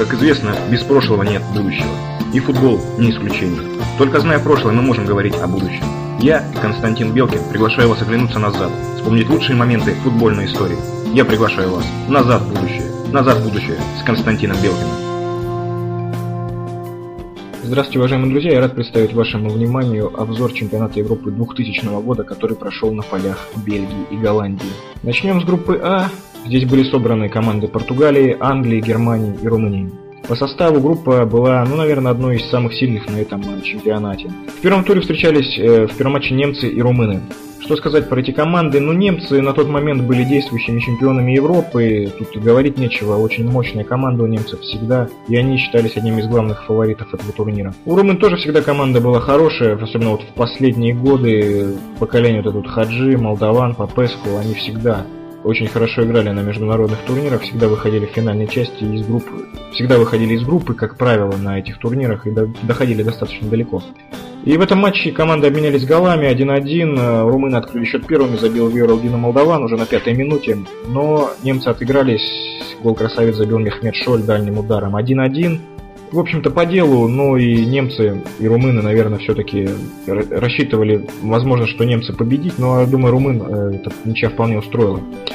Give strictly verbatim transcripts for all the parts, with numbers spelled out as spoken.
Как известно, без прошлого нет будущего. И футбол не исключение. Только зная прошлое, мы можем говорить о будущем. Я, Константин Белкин, приглашаю вас оглянуться назад, вспомнить лучшие моменты футбольной истории. Я приглашаю вас назад в будущее. Назад в будущее с Константином Белкиным. Здравствуйте, уважаемые друзья! Я рад представить вашему вниманию обзор чемпионата Европы двухтысячного года, который прошел на полях Бельгии и Голландии. Начнем с группы А. Здесь были собраны команды Португалии, Англии, Германии и Румынии. По составу группа была, ну, наверное, одной из самых сильных на этом чемпионате. В первом туре встречались э, в первом матче немцы и румыны. Что сказать про эти команды? Ну, немцы на тот момент были действующими чемпионами Европы, тут говорить нечего, очень мощная команда у немцев всегда, и они считались одним из главных фаворитов этого турнира. У румын тоже всегда команда была хорошая, особенно вот в последние годы, поколение вот этот Хаджи, Молдаван, Попеску, они всегда очень хорошо играли на международных турнирах, всегда выходили в финальной части из группы, всегда выходили из группы, как правило, на этих турнирах и доходили достаточно далеко. И в этом матче команды обменялись голами один один, румыны открыли счет первыми, забил Виоралдина Молдаван уже на пятой минуте, но немцы отыгрались, гол красавец забил Мехмед Шоль дальним ударом один один. В общем-то, по делу, но и немцы, и румыны, наверное, все-таки рассчитывали, возможно, что немцы победить, но, я думаю, румын эта ничья вполне устроила.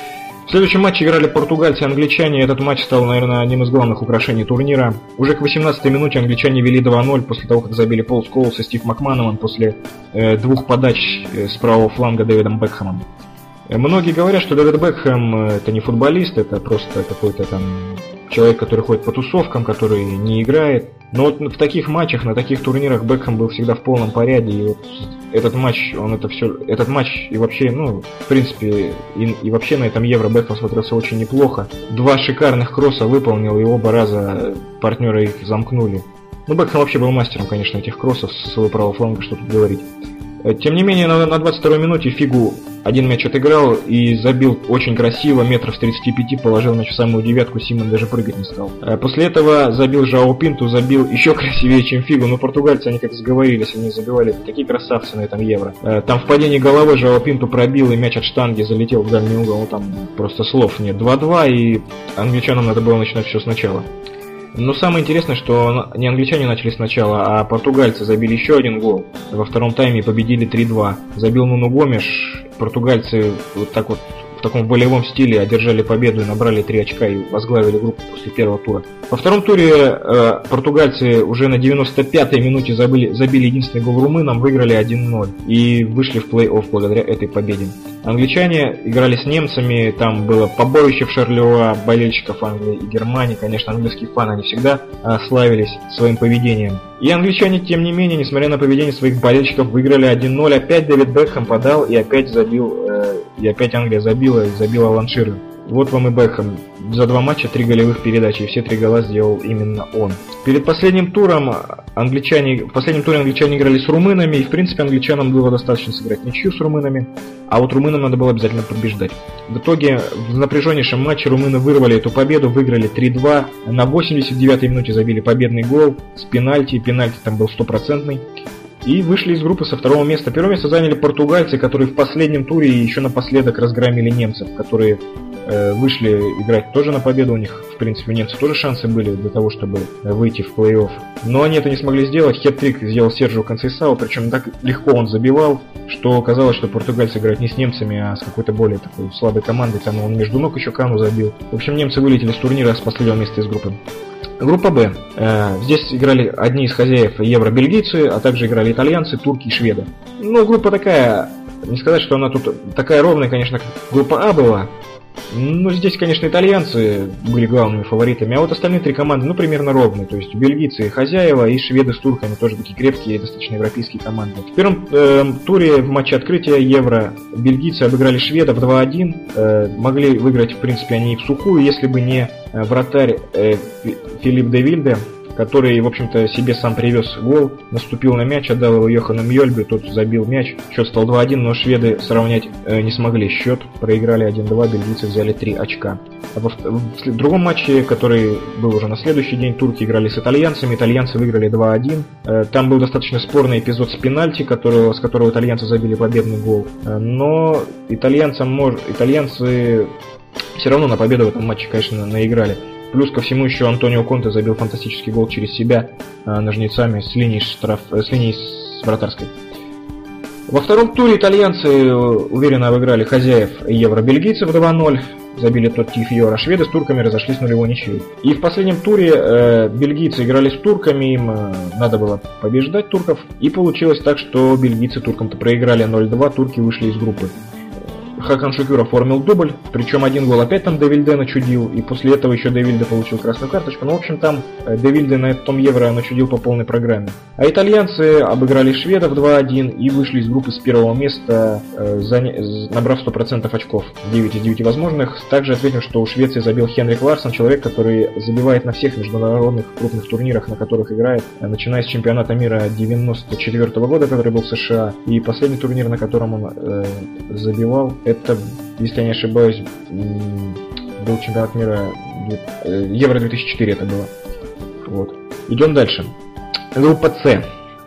В следующем матче играли португальцы и англичане, этот матч стал, наверное, одним из главных украшений турнира. Уже к восемнадцатой минуте англичане вели два ноль после того, как забили Пол Сколс и Стив Макманаман после э, двух подач с правого фланга Дэвидом Бекхэмом. Многие говорят, что Дэвид Бекхэм это не футболист, это просто какой-то там человек, который ходит по тусовкам, который не играет. Но вот в таких матчах, на таких турнирах Бекхэм был всегда в полном порядке. И вот этот матч, он это все, этот матч и вообще, ну, в принципе, и, и вообще на этом Евро Бекхэм смотрелся очень неплохо. Два шикарных кросса выполнил, и оба раза партнеры их замкнули. Ну, Бекхэм вообще был мастером, конечно, этих кроссов с своего правого фланга, что тут говорить. Тем не менее, на двадцать второй минуте Фигу один мяч отыграл и забил очень красиво, метров с тридцати пяти, положил мяч в самую девятку, Симон даже прыгать не стал. После этого забил Жао Пинту, забил еще красивее, чем Фигу, но португальцы, они как сговорились, они забивали такие красавцы на этом Евро. Там в падении головы Жао Пинту пробил, и мяч от штанги залетел в дальний угол, ну там просто слов нет. два-два, и англичанам надо было начинать все сначала. Но самое интересное, что не англичане начали сначала, а португальцы забили еще один гол. Во втором тайме победили три-два. Забил Нуну Гомеш. Португальцы вот так вот в таком волевом стиле одержали победу и набрали три очка и возглавили группу после первого тура. Во втором туре э, португальцы уже на девяносто пятой минуте забили, забили единственный гол румынам, выиграли один ноль и вышли в плей-офф благодаря этой победе. Англичане играли с немцами, там было побоище в Шарлеруа болельщиков Англии и Германии. Конечно, английские фаны, они всегда э, славились своим поведением. И англичане, тем не менее, несмотря на поведение своих болельщиков, выиграли один ноль. Опять Дэвид Бекхэм подал и опять забил, э, и опять Англия забила, и забила Алан Ширер. Вот вам и Бекхэм. За два матча три голевых передачи, и все три гола сделал именно он. Перед последним туром англичане, в последнем туре англичане играли с румынами, и в принципе англичанам было достаточно сыграть ничью с румынами, а вот румынам надо было обязательно побеждать. В итоге в напряженнейшем матче румыны вырвали эту победу, выиграли три-два, на восемьдесят девятой минуте забили победный гол с пенальти, пенальти там был стопроцентный. И вышли из группы со второго места. Первое место заняли португальцы, которые в последнем туре еще напоследок разгромили немцев, которые э, вышли играть тоже на победу. У них, в принципе, у немцев тоже шансы были для того, чтобы выйти в плей-офф. Но они это не смогли сделать. Хет-трик сделал Серджио Консейсао, причем так легко он забивал, что казалось, что португальцы играют не с немцами, а с какой-то более такой слабой командой. Там он между ног еще Кану забил. В общем, немцы вылетели с турнира с последнего места из группы. Группа Б. Здесь играли одни из хозяев Евро бельгийцы, а также играли итальянцы, турки и шведы. Ну, группа такая, не сказать, что она тут такая ровная, конечно, как группа А была. Ну, здесь, конечно, итальянцы были главными фаворитами, а вот остальные три команды, ну, примерно ровные. То есть бельгийцы хозяеева и шведы с турками тоже такие крепкие, достаточно европейские команды. В первом э, туре в матче открытия Евро бельгийцы обыграли шведов два один. Э, могли выиграть, в принципе, они и в сухую, если бы не э, вратарь э, Филипп де Вильде, который, в общем-то, себе сам привез гол, наступил на мяч, отдал его Йохану Мьёльбе, тот забил мяч, счет стал два один, но шведы сравнять э, не смогли счет, проиграли один-два, бельгийцы взяли три очка. А во, в другом матче, который был уже на следующий день, турки играли с итальянцами, итальянцы выиграли два один. Э, там был достаточно спорный эпизод с пенальти, которого, с которого итальянцы забили победный гол, э, но итальянцам мож... итальянцы все равно на победу в этом матче, конечно, наиграли. Плюс ко всему еще Антонио Конте забил фантастический гол через себя ножницами с линии, штраф... с линии с вратарской. Во втором туре итальянцы уверенно обыграли хозяев евро-бельгийцев два ноль. Забили Тотти и Фьора. Шведы с турками разошлись нулевой ничьей. И в последнем туре э, бельгийцы играли с турками, им э, надо было побеждать турков. И получилось так, что бельгийцы туркам-то проиграли ноль два, турки вышли из группы. Хакан Шукюр оформил дубль, причем один гол опять там Де Вильде начудил, и после этого еще Де Вильде получил красную карточку. Ну, в общем, там Де Вильде на этом евро начудил по полной программе. А итальянцы обыграли шведов два один и вышли из группы с первого места, набрав сто процентов очков, девять из девяти возможных. Также отметим, что у Швеции забил Хенрик Ларсон, человек, который забивает на всех международных крупных турнирах, на которых играет, начиная с чемпионата мира девяносто четвёртого года, который был в США, и последний турнир, на котором он э, забивал, это, если я не ошибаюсь, был чемпионат мира Евро две тысячи четыре это было. Вот. Идем дальше. Группа С.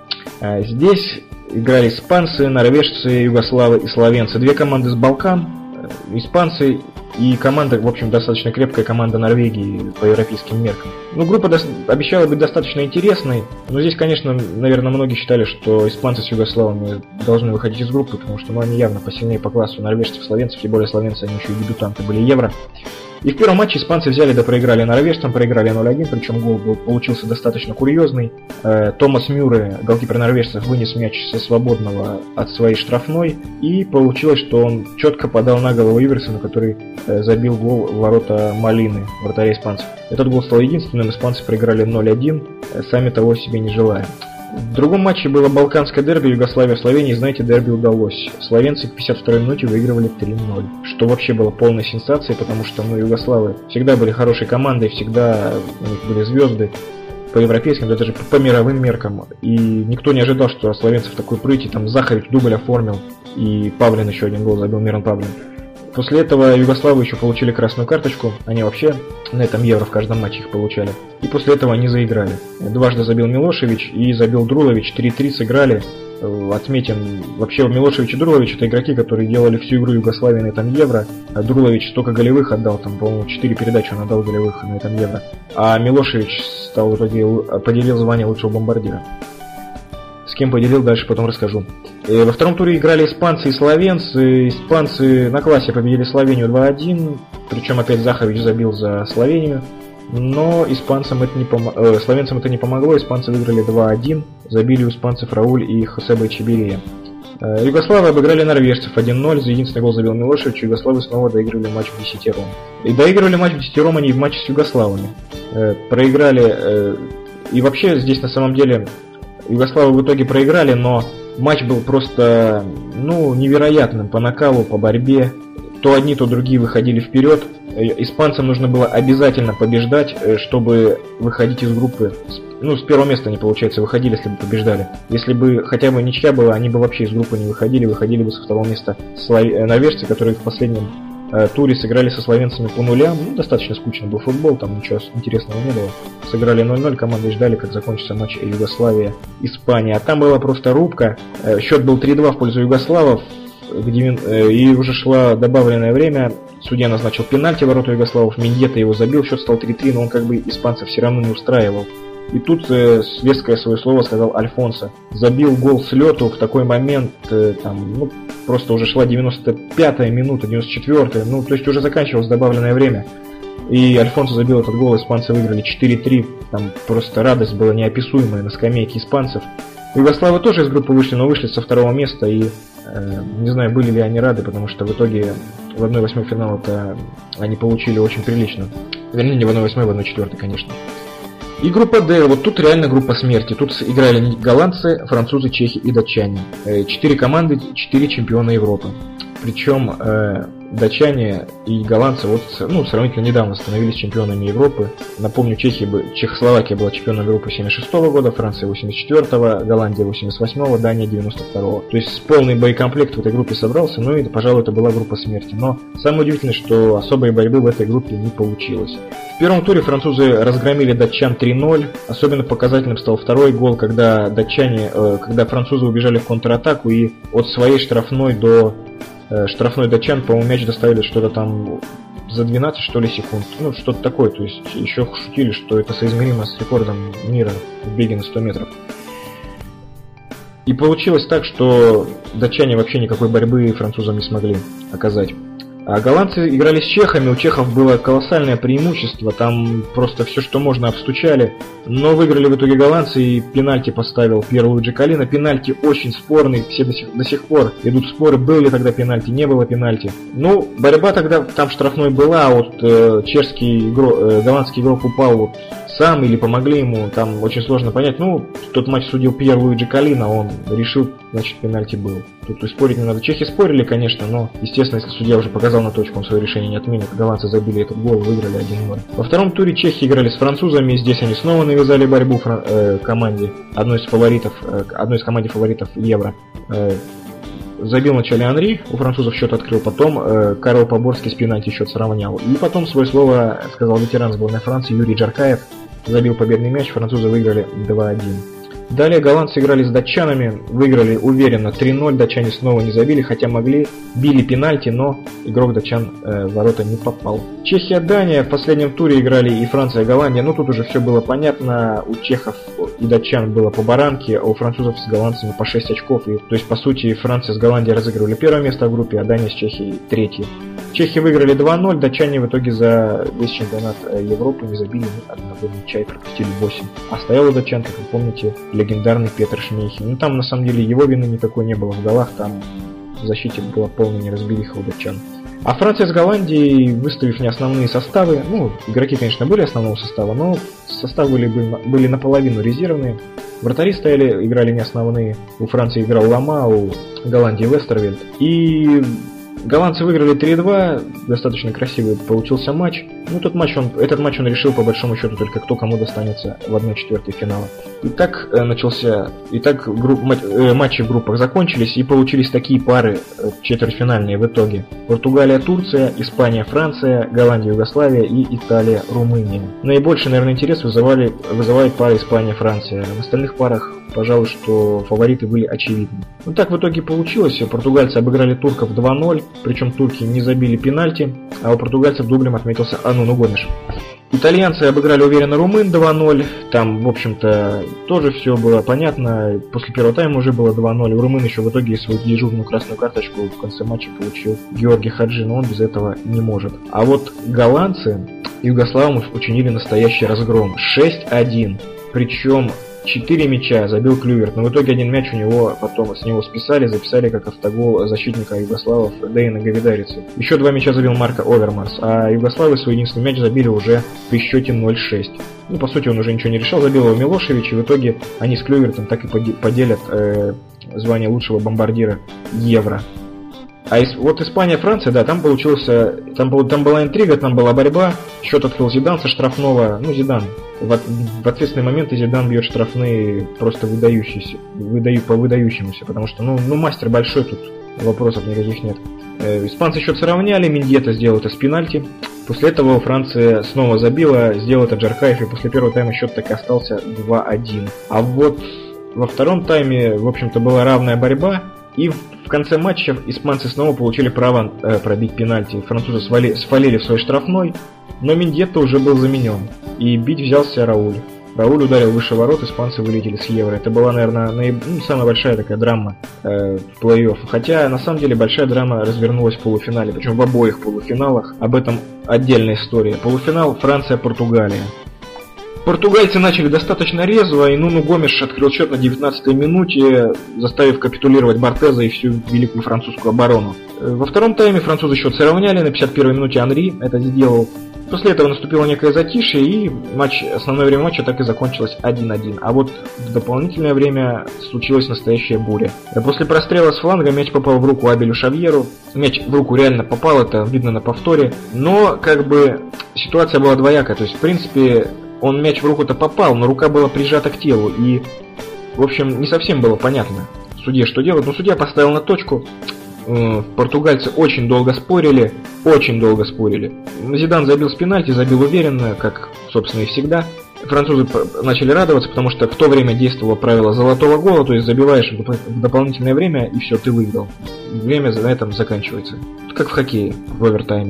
Здесь играли испанцы, норвежцы, югославы и словенцы. Две команды с Балкан. Испанцы и команда, в общем, достаточно крепкая команда Норвегии по европейским меркам. Ну, группа до... обещала быть достаточно интересной, но здесь, конечно, наверное, многие считали, что испанцы с югославами должны выходить из группы, потому что ну, они явно посильнее по классу норвежцев, словенцев, тем более словенцы, они еще и дебютанты были Евро. И в первом матче испанцы взяли да проиграли норвежцам, проиграли ноль один, причем гол был, получился достаточно курьезный. Э, Томас Мюрре, голкипер норвежцев, вынес мяч со свободного от своей штрафной, и получилось, что он четко подал на голову Иверсона, который э, забил гол в ворота Малины, вратаря испанцев. Этот гол стал единственным, испанцы проиграли ноль один, э, сами того себе не желая. В другом матче было балканское дерби Югославия-Словения, и знаете, дерби удалось. Словенцы к пятьдесят второй минуте выигрывали три ноль, что вообще было полной сенсацией, потому что ну, югославы всегда были хорошей командой, всегда у них были звезды по европейским, да даже по мировым меркам. И никто не ожидал, что словенцев такой прыти, там Захарич дубль оформил, и Павлин еще один гол забил, Мирон Павлин. После этого югославы еще получили красную карточку, они вообще на этом Евро в каждом матче их получали. И после этого они заиграли. Дважды забил Милошевич и забил Друлович, три три сыграли. Отметим, вообще Милошевич и Друлович это игроки, которые делали всю игру Югославии на этом Евро. А Друлович столько голевых отдал, там, по-моему, четыре передачи он отдал голевых на этом Евро. А Милошевич стал в итоге, поделил звание лучшего бомбардира. С кем поделил, дальше потом расскажу. Во втором туре играли испанцы и словенцы. Испанцы на классе победили Словению два один. Причем опять Захарич забил за Словению. Но испанцам это не пом... э, словенцам это не помогло. Испанцы выиграли два один. Забили у испанцев Рауль и Хосебе Эчеберия. Э, Югославы обыграли норвежцев один ноль. За единственный гол забил Милошевич. Югославы снова доигрывали матч в десятером. И доигрывали матч в десятером они и в матче с югославами. Э, проиграли... Э, и вообще здесь на самом деле... Югославы в итоге проиграли, но матч был просто, ну, невероятным по накалу, по борьбе. То одни, то другие выходили вперед. Испанцам нужно было обязательно побеждать, чтобы выходить из группы. Ну, с первого места они, получается, выходили, если бы побеждали. Если бы хотя бы ничья была, они бы вообще из группы не выходили, выходили бы со второго места норвежцы, которые в последнем туре сыграли со словенцами по нулям. Ну, достаточно скучный был футбол, там ничего интересного не было. Сыграли ноль ноль, команды ждали, как закончится матч Югославия-Испания. А там была просто рубка. Счет был три два в пользу югославов. И уже шло добавленное время. Судья назначил пенальти в ворота югославов. Миньета его забил, счет стал три три, но он как бы испанцев все равно не устраивал. И тут э, веское свое слово сказал Альфонсо. Забил гол с лету в такой момент, э, там, ну, просто уже шла девяносто пятая минута, девяносто четвёртая, ну, то есть уже заканчивалось добавленное время. И Альфонсо забил этот гол, испанцы выиграли четыре три, там просто радость была неописуемая на скамейке испанцев. Югославы тоже из группы вышли, но вышли со второго места, и э, не знаю, были ли они рады, потому что в итоге в одной восьмой финала-то они получили очень прилично. Вернее, не в одной восьмой, в одной четвёртой, конечно. И группа Д, вот тут реально группа смерти. Тут играли голландцы, французы, чехи и датчане. Четыре команды, четыре чемпиона Европы. Причем э, датчане и голландцы вот, ну, сравнительно недавно становились чемпионами Европы. Напомню, Чехия, Чехословакия была чемпионом Европы семьдесят шестого года, Франция восемьдесят четвёртого, Голландия восемьдесят восьмого, Дания девяносто второго. То есть полный боекомплект в этой группе собрался, ну и, пожалуй, это была группа смерти. Но самое удивительное, что особой борьбы в этой группе не получилось. В первом туре французы разгромили датчан три ноль. Особенно показательным стал второй гол, когда датчане, э, когда французы убежали в контратаку и от своей штрафной до штрафной датчан, по-моему, мяч доставили что-то там за двенадцать, что ли, секунд. Ну, что-то такое. То есть еще шутили, что это соизмеримо с рекордом мира в беге на сто метров. И получилось так, что датчане вообще никакой борьбы французам не смогли оказать. А голландцы играли с чехами, у чехов было колоссальное преимущество, там просто все, что можно, обстучали. Но выиграли в итоге голландцы, и пенальти поставил Пьер Луиджи Калина. Пенальти очень спорный, все до сих, до сих пор идут споры, был ли тогда пенальти, не было пенальти. Ну, борьба тогда там штрафной была, а вот э, чешский игрок, э, голландский игрок упал вот сам или помогли ему, там очень сложно понять. Ну, тот матч судил Пьер Луиджи Калина, он решил, значит, пенальти был. Тут и спорить не надо. Чехи спорили, конечно, но, естественно, если судья уже показал на точку, он свое решение не отменит. Голландцы забили этот гол, выиграли один ноль. Во втором туре чехи играли с французами, здесь они снова навязали борьбу фран- э, команде, одной из фаворитов, э, одной из команде фаворитов Евро. Э, забил вначале Анри, у французов счет открыл, потом э, Карл Поборский с пенальти счет сравнял. И потом свое слово сказал ветеран сборной Франции Юрий Джаркаев, забил победный мяч, французы выиграли два один. Далее голландцы играли с датчанами, выиграли уверенно три ноль, датчане снова не забили, хотя могли, били пенальти, но игрок датчан э, в ворота не попал. Чехия, Дания, в последнем туре играли и Франция, и Голландия, но тут уже все было понятно, у чехов и датчан было по баранке, а у французов с голландцами по шесть очков, и, то есть по сути Франция с Голландией разыгрывали первое место в группе, а Дания с Чехией третье. Чехи выиграли два ноль, датчане в итоге за весь чемпионат Европы не забили ни одного мяча и пропустили восемь. А стоял у датчан, как вы помните, легендарный Петр Шмейхель. Ну там на самом деле его вины никакой не было в голах, там в защите была полная неразбериха у датчан. А Франция с Голландией, выставив не основные составы, ну, игроки, конечно, были основного состава, но составы были, были наполовину резервные. Вратари стояли, играли не основные. У Франции играл Лама, у Голландии Вестервельд. И голландцы выиграли три два, достаточно красивый получился матч. Ну, тот матч он, этот матч он решил по большому счету только кто кому достанется в одной четвертой финала. И так э, начался, и так групп, мат, э, матчи в группах закончились, и получились такие пары э, четвертьфинальные в итоге. Португалия, Турция, Испания, Франция, Голландия, Югославия и Италия, Румыния. Наибольший, наверное, интерес вызывали, вызывает пара Испания, Франция. В остальных парах, пожалуй, что фавориты были очевидны. Ну так в итоге получилось, португальцы обыграли турков два ноль, причем турки не забили пенальти, а у португальцев дублем отметился Ануну Гомеш. Итальянцы обыграли уверенно румын два ноль, там, в общем-то, тоже все было понятно, после первого тайма уже было два ноль, у румын еще в итоге свою дежурную красную карточку в конце матча получил Георгий Хаджи, но он без этого не может. А вот голландцы югославам учинили настоящий разгром, шесть один, причем четыре мяча забил Клюверт, но в итоге один мяч у него потом с него списали, записали как автогол защитника югославов Дейна Гавидарицы. Еще два мяча забил Марко Овермарс, а югославы свой единственный мяч забили уже при счете ноль шесть. Ну, по сути, он уже ничего не решал, забил его Милошевич, и в итоге они с Клювертом так и поделят э, звание лучшего бомбардира Евро. А вот Испания, Франция, да, там получился, там, был, там была интрига, там была борьба, счет открыл Зидан со штрафного, ну, Зидан, в, в ответственные моменты Зидан бьет штрафные просто выдающиеся, выдаю, по выдающемуся, потому что, ну, ну, мастер большой, тут вопросов никаких нет. Э, испанцы счет сравняли, Мендьета сделал это с пенальти, после этого Франция снова забила, сделал это Джаркаев, и после первого тайма счет так и остался два один. А вот во втором тайме, в общем-то, была равная борьба, и в конце матча испанцы снова получили право э, пробить пенальти. Французы свали, свалили в свой штрафной, но Мендьета уже был заменен. И бить взялся Рауль. Рауль ударил выше ворот, испанцы вылетели с Евро. Это была, наверное, наиб... ну, самая большая такая драма э, в плей-офф. Хотя, на самом деле, большая драма развернулась в полуфинале. Причем в обоих полуфиналах. Об этом отдельная история. Полуфинал Франция-Португалия. Португальцы начали достаточно резво, и Нуну Гомеш открыл счет на девятнадцатой минуте, заставив капитулировать Бортеза и всю великую французскую оборону. Во втором тайме французы счет сравняли, на пятьдесят первой минуте Анри это сделал. После этого наступило некое затишье, и матч, основное время матча так и закончилось один один. А вот в дополнительное время случилась настоящая буря. После прострела с фланга мяч попал в руку Абелю Шавьеру. Мяч в руку реально попал, это видно на повторе. Но как бы ситуация была двоякая, то есть в принципе он мяч в руку-то попал, но рука была прижата к телу, и, в общем, не совсем было понятно судье, что делать. Но судья поставил на точку, португальцы очень долго спорили, очень долго спорили. Зидан забил с пенальти, забил уверенно, как, собственно, и всегда. Французы начали радоваться, потому что в то время действовало правило золотого гола, то есть забиваешь в дополнительное время, и все, ты выиграл. Время на этом заканчивается. Как в хоккее, в овертайме.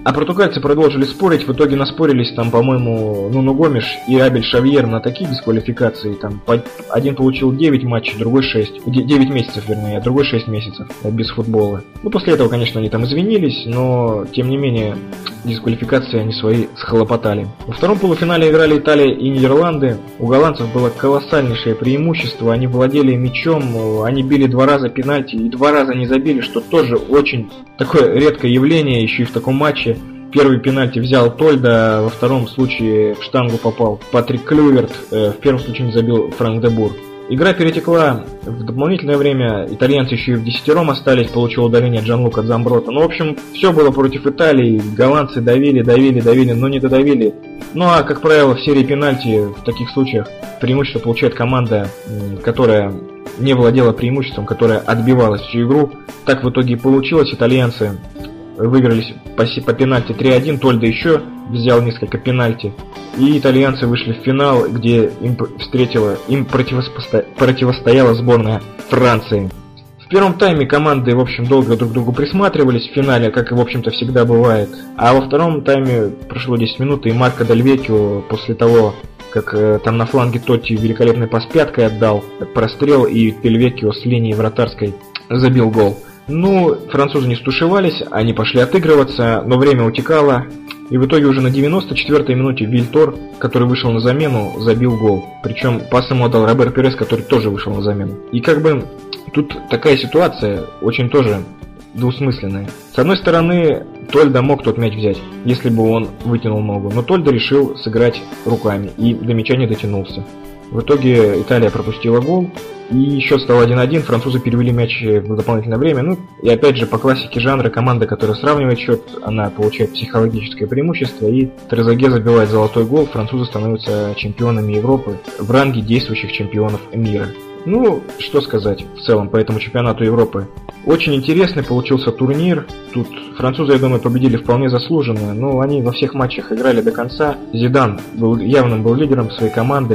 А португальцы продолжили спорить, в итоге наспорились там, по-моему, Нуно Гомеш и Абель Шавьер на такие дисквалификации. Там один получил девять матчей, другой шесть. девять месяцев, вернее, а другой шесть месяцев без футбола. Ну, после этого, конечно, они там извинились, но, тем не менее, дисквалификации они свои схлопотали. Во втором полуфинале играли Италия и Нидерланды. У голландцев было колоссальнейшее преимущество. Они владели мячом, они били два раза пенальти и два раза не забили, что тоже очень такое редкое явление, еще и в таком матче. Первый пенальти взял Тольда, во втором случае в штангу попал Патрик Клюверт, в первом случае не забил Франк де Бур. Игра перетекла в дополнительное время, итальянцы еще и в десятером остались, получил удаление Джанлука Дзамброта. Ну, в общем, все было против Италии, голландцы давили, давили, давили, но не додавили. Ну, а, как правило, в серии пенальти в таких случаях преимущество получает команда, которая не владела преимуществом, которая отбивалась всю игру. Так в итоге и получилось, итальянцы выиграли по, по пенальти три один, Тольда еще взял несколько пенальти. И итальянцы вышли в финал, где им встретила, им противосто... противостояла сборная Франции. В первом тайме команды, в общем, долго друг к другу присматривались в финале, как и, в общем-то, всегда бывает. А во втором тайме прошло десять минут, и Марко Дель Веккио, после того, как э, там на фланге Тотти великолепный пас пяткой отдал, прострел, и Дель Веккио с линии вратарской забил гол. Ну, французы не стушевались, они пошли отыгрываться, но время утекало. И в итоге уже на девяносто четвёртой минуте Вильтор, который вышел на замену, забил гол. Причем пас ему отдал Робер Пирес, который тоже вышел на замену. И как бы тут такая ситуация очень тоже двусмысленная. С одной стороны, Тольда мог тот мяч взять, если бы он вытянул ногу. Но Тольда решил сыграть руками и до мяча не дотянулся. В итоге Италия пропустила гол, и счет стал один один, французы перевели мяч в дополнительное время. Ну, и опять же, по классике жанра, команда, которая сравнивает счет, она получает психологическое преимущество, и Трезеге забивает золотой гол, французы становятся чемпионами Европы в ранге действующих чемпионов мира. Ну, что сказать в целом по этому чемпионату Европы. Очень интересный получился турнир. Тут французы, я думаю, победили вполне заслуженно, но они во всех матчах играли до конца. Зидан был явным был лидером своей команды.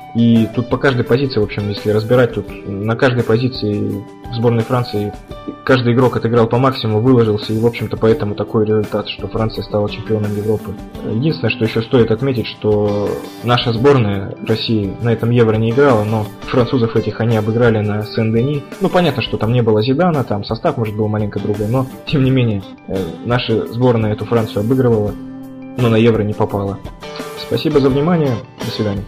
И тут по каждой позиции, в общем, если разбирать, тут на каждой позиции в сборной Франции каждый игрок отыграл по максимуму, выложился, и, в общем-то, поэтому такой результат, что Франция стала чемпионом Европы. Единственное, что еще стоит отметить, что наша сборная России на этом Евро не играла, но французов этих они обыграли на Сен-Дени. Ну, понятно, что там не было Зидана, там состав, может, был маленько другой, но, тем не менее, наша сборная эту Францию обыгрывала, но на Евро не попала. Спасибо за внимание, до свидания.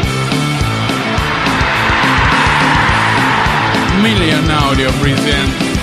Million Audio present